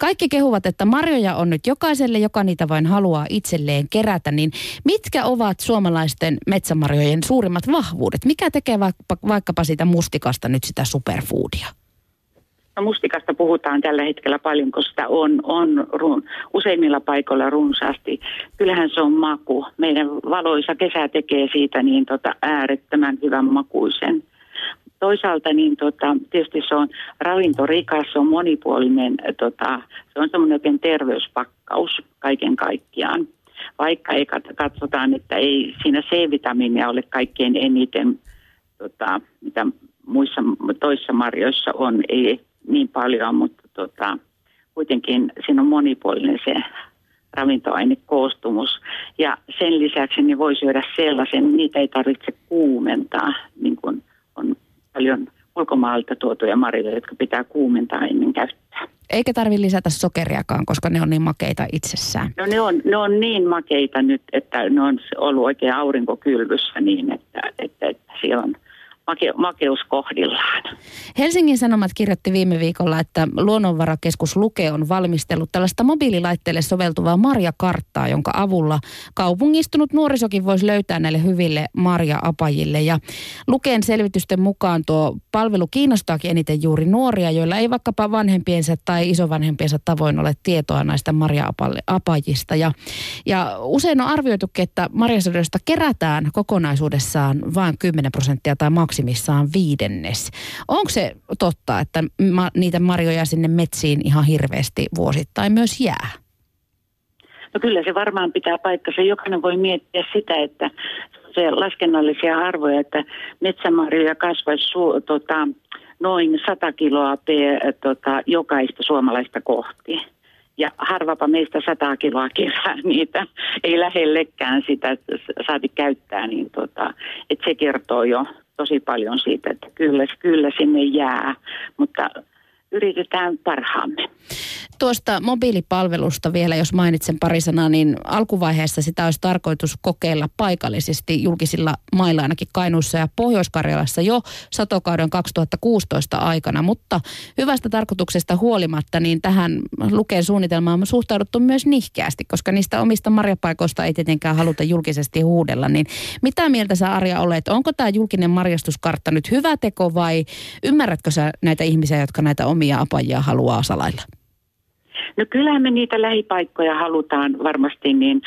Kaikki kehuvat, että marjoja on nyt jokaiselle, joka niitä vain haluaa itselleen kerätä. Niin mitkä ovat suomalaisten metsämarjojen suurimmat vahvuudet? Mikä tekee vaikkapa siitä mustikasta nyt sitä superfoodia? No mustikasta puhutaan tällä hetkellä paljon, koska sitä on useimmilla paikoilla runsaasti. Kyllähän se on maku. Meidän valoisa kesä tekee siitä niin äärettömän hyvän makuisen. Toisaalta niin tietysti se on ravintorikas, se on monipuolinen, se on semmoinen oikein terveyspakkaus kaiken kaikkiaan. Vaikka ei katsotaan, että ei siinä C-vitamiinia ole kaikkein eniten, mitä muissa toissa marjoissa on, ei niin paljon, mutta kuitenkin siinä on monipuolinen se ravintoainekoostumus. Ja sen lisäksi niin voi syödä sellaisen, niitä ei tarvitse kuumentaa, niin kuin on paljon ulkomaalta tuotuja marjoja, jotka pitää kuumentaa ennen käyttää. Eikä tarvitse lisätä sokeriakaan, koska ne on niin makeita itsessään. No ne on niin makeita nyt, että ne on ollut oikein aurinkokylvyssä niin, että siellä on makeus kohdillaan. Helsingin Sanomat kirjoitti viime viikolla, että Luonnonvarakeskus Luke on valmistellut tällaista mobiililaitteelle soveltuvaa marjakarttaa, jonka avulla kaupungistunut nuorisokin voisi löytää näille hyville marja-apajille. Ja Luken selvitysten mukaan tuo palvelu kiinnostaakin eniten juuri nuoria, joilla ei vaikkapa vanhempiensa tai isovanhempiensa tavoin ole tietoa näistä marja-apajista. Ja usein on arvioitukin, että marjasadoista kerätään kokonaisuudessaan vain 10% tai maksimissaan 1/5. Onko se totta, että niitä marjoja sinne metsiin ihan hirveästi vuosittain myös jää? No kyllä se varmaan pitää paikkansa. Jokainen voi miettiä sitä, että se laskennallisia arvoja, että metsämarjoja kasvaisi noin 100 kiloa jokaista suomalaista kohti. Ja harvapa meistä 100 kiloa kerää niitä, ei lähellekään sitä saati käyttää, niin että se kertoo jo tosi paljon siitä, että kyllä sinne jää, mutta yritetään parhaamme. Tuosta mobiilipalvelusta vielä, jos mainitsen pari sanaa, niin alkuvaiheessa sitä olisi tarkoitus kokeilla paikallisesti julkisilla mailla, ainakin Kainuussa ja Pohjois-Karjalassa jo satokauden 2016 aikana, mutta hyvästä tarkoituksesta huolimatta, niin tähän Luken suunnitelmaan on suhtauduttu myös nihkeästi, koska niistä omista marjapaikoista ei tietenkään haluta julkisesti huudella. Niin mitä mieltä sä, Arja, olet? Onko tämä julkinen marjastuskartta nyt hyvä teko vai ymmärrätkö sä näitä ihmisiä, jotka näitä omia apajia haluaa salailla? No kyllähän me niitä lähipaikkoja halutaan varmasti niin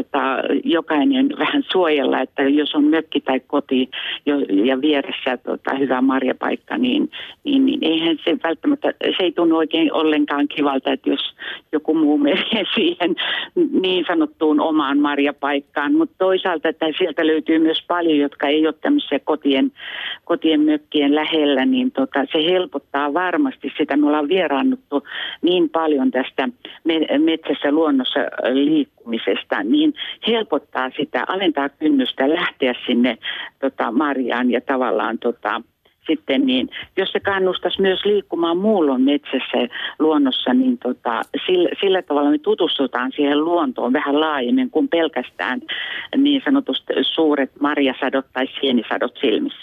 jokainen vähän suojella, että jos on mökki tai koti ja vieressä hyvä marjapaikka, niin eihän se välttämättä, se ei tunnu oikein ollenkaan kivalta, että jos joku muu menee siihen niin sanottuun omaan marjapaikkaan, mutta toisaalta että sieltä löytyy myös paljon, jotka ei ole tämmöisiä kotien mökkien lähellä, niin se helpottaa varmasti sitä. Me ollaan vieraannuttu niin paljon tästä metsässä luonnossa liikkumisesta, niin helpottaa sitä, alentaa kynnystä lähteä sinne marjaan ja tavallaan sitten niin, jos se kannustaisi myös liikkumaan muullon metsässä luonnossa, niin sillä tavalla me tutustutaan siihen luontoon vähän laajemmin kuin pelkästään niin sanotusti suuret marjasadot tai sienisadot silmissä.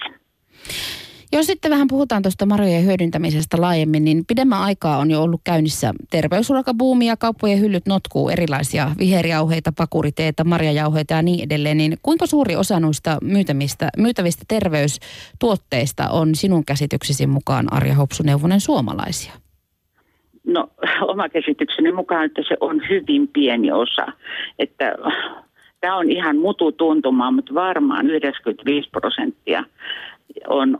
Jos sitten vähän puhutaan tuosta marjojen hyödyntämisestä laajemmin, niin pidemmän aikaa on jo ollut käynnissä terveysruokabuumi ja kauppojen hyllyt notkuu erilaisia viherjauheita, pakuriteita, marjajauheita ja niin edelleen. Niin kuinka suuri osa noista myytävistä terveystuotteista on sinun käsityksesi mukaan, Arja Hopsu-Neuvonen, suomalaisia? No oma käsitykseni mukaan, että se on hyvin pieni osa, että tämä on ihan mututuntumaa, mutta varmaan 95% on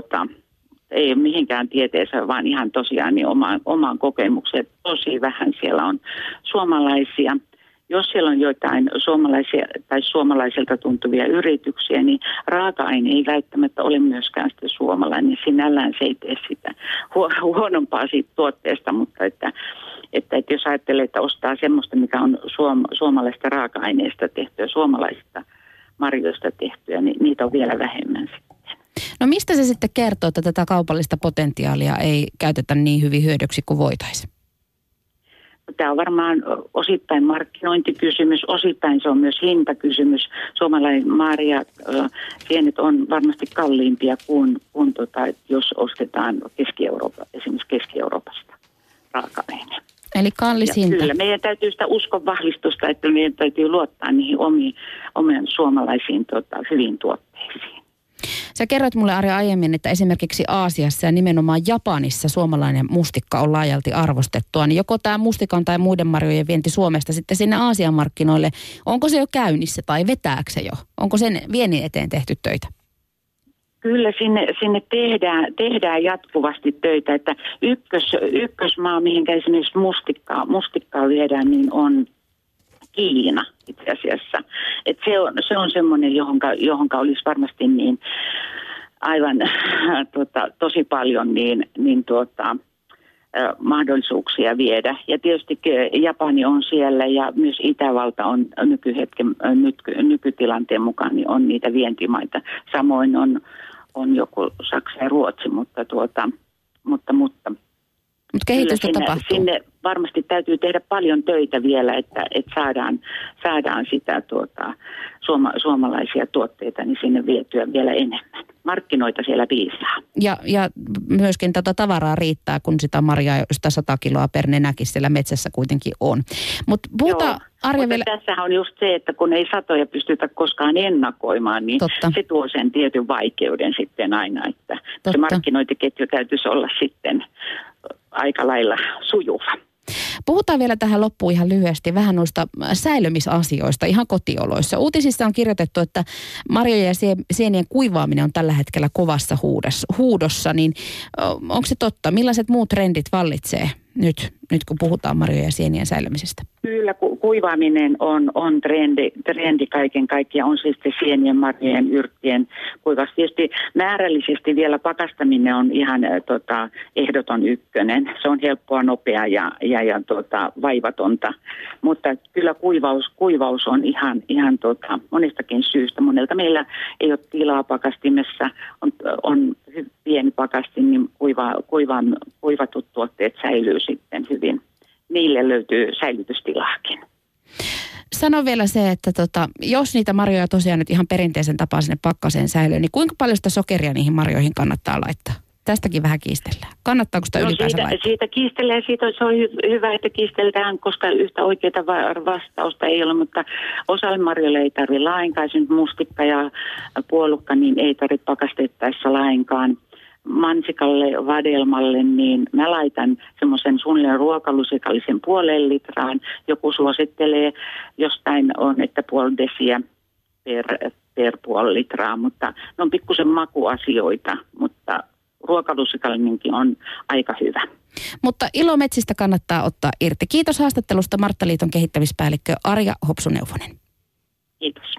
ei ole mihinkään tieteeseen, vaan ihan tosiaan niin omaan kokemukseen. Tosi vähän siellä on suomalaisia. Jos siellä on jotain suomalaisia tai suomalaisilta tuntuvia yrityksiä, niin raaka-aine ei välttämättä ole myöskään sitä suomalainen. Sinällään se ei tee sitä huonompaa siitä tuotteesta, mutta että jos ajattelee, että ostaa semmoista, mikä on suomalaisesta raaka-aineesta tehtyä, suomalaisista marjoista tehtyä, niin niitä on vielä vähemmän sitten. No mistä se sitten kertoo, että tätä kaupallista potentiaalia ei käytetä niin hyvin hyödyksi kuin voitaisiin? Tämä on varmaan osittain markkinointikysymys, osittain se on myös hintakysymys. Suomalainen marja sienet on varmasti kalliimpia kuin jos ostetaan esimerkiksi Keski-Euroopasta raaka-aine. Eli kallis hinta. Kyllä, meidän täytyy sitä uskon vahvistusta, että meidän täytyy luottaa niihin omiin suomalaisiin hyviin tuotteisiin. Sä kerroit mulle, Arja, aiemmin, että esimerkiksi Aasiassa ja nimenomaan Japanissa suomalainen mustikka on laajalti arvostettua. Niin joko tämä mustikan tai muiden marjojen vienti Suomesta sitten sinne Aasian markkinoille, onko se jo käynnissä tai vetääkö se jo? Onko sen viennin eteen tehty töitä? Kyllä sinne tehdään jatkuvasti töitä, että ykkösmaa, mihinkä esimerkiksi mustikkaa viedään, niin on Kiina itse asiassa. Että se on semmoinen, johonka olisi varmasti niin aivan tosi paljon mahdollisuuksia viedä. Ja tietysti Japani on siellä ja myös Itävalta on nykytilanteen mukaan niin on niitä vientimaita. Samoin on joku Saksa ja Ruotsi, mutta kehitystä tapahtuu. Sinne varmasti täytyy tehdä paljon töitä vielä, että saadaan sitä suomalaisia tuotteita niin sinne vietyä vielä enemmän. Markkinoita siellä piisaa. Ja myöskin tätä tavaraa riittää, kun sitä marjaa, sitä 100 kiloa per nenäkin siellä metsässä kuitenkin on. Mutta Arja vielä... Tässähän on just se, että kun ei satoja pystytä koskaan ennakoimaan, niin Totta. Se tuo sen tietyn vaikeuden sitten aina, että Totta. Se markkinointiketju täytyisi olla sitten aika lailla sujuva. Puhutaan vielä tähän loppuun ihan lyhyesti vähän noista säilymisasioista ihan kotioloissa. Uutisissa on kirjoitettu, että marjojen ja sienien kuivaaminen on tällä hetkellä kovassa huudossa, niin onko se totta? Millaiset muut trendit vallitsee nyt kun puhutaan marjojen ja sienien säilymisestä? Kyllä, kuivaaminen on trendi kaiken kaikkiaan. On siis sienien, marjojen, yrttien kuivaus. Tietysti määrällisesti vielä pakastaminen on ihan ehdoton ykkönen. Se on helppoa, nopeaa ja vaivatonta. Mutta kyllä kuivaus on ihan monestakin syystä. Monelta meillä ei ole tilaa pakastimessa, on pieni pakastin, niin kuivatut tuotteet säilyy sitten hyvin. Niille löytyy säilytystilaakin. Sano vielä se, että jos niitä marjoja tosiaan nyt ihan perinteisen tapaan sinne pakkaseen säilyy, niin kuinka paljon sitä sokeria niihin marjoihin kannattaa laittaa? Tästäkin vähän kiistellään. Kannattaako sitä ylipäänsä laittaa? Siitä kiistellään, se on hyvä, että kiistellään, koska yhtä oikeaa vastausta ei ole, mutta osalle marjoille ei tarvitse lainkaan. Esimerkiksi mustikka ja puolukka, niin ei tarvitse pakastettaessa lainkaan. Mansikalle, vadelmalle, niin mä laitan semmoisen suunnilleen ruokalusikallisen 0,5 litraan. Joku suosittelee, jostain on, että 0,5 desiä per 0,5 litraa, mutta ne on pikkusen makuasioita, mutta ruokalusikallinenkin on aika hyvä. Mutta ilometsistä kannattaa ottaa irti. Kiitos haastattelusta Marttaliiton kehittämispäällikkö Arja Hopsu-Neuvonen.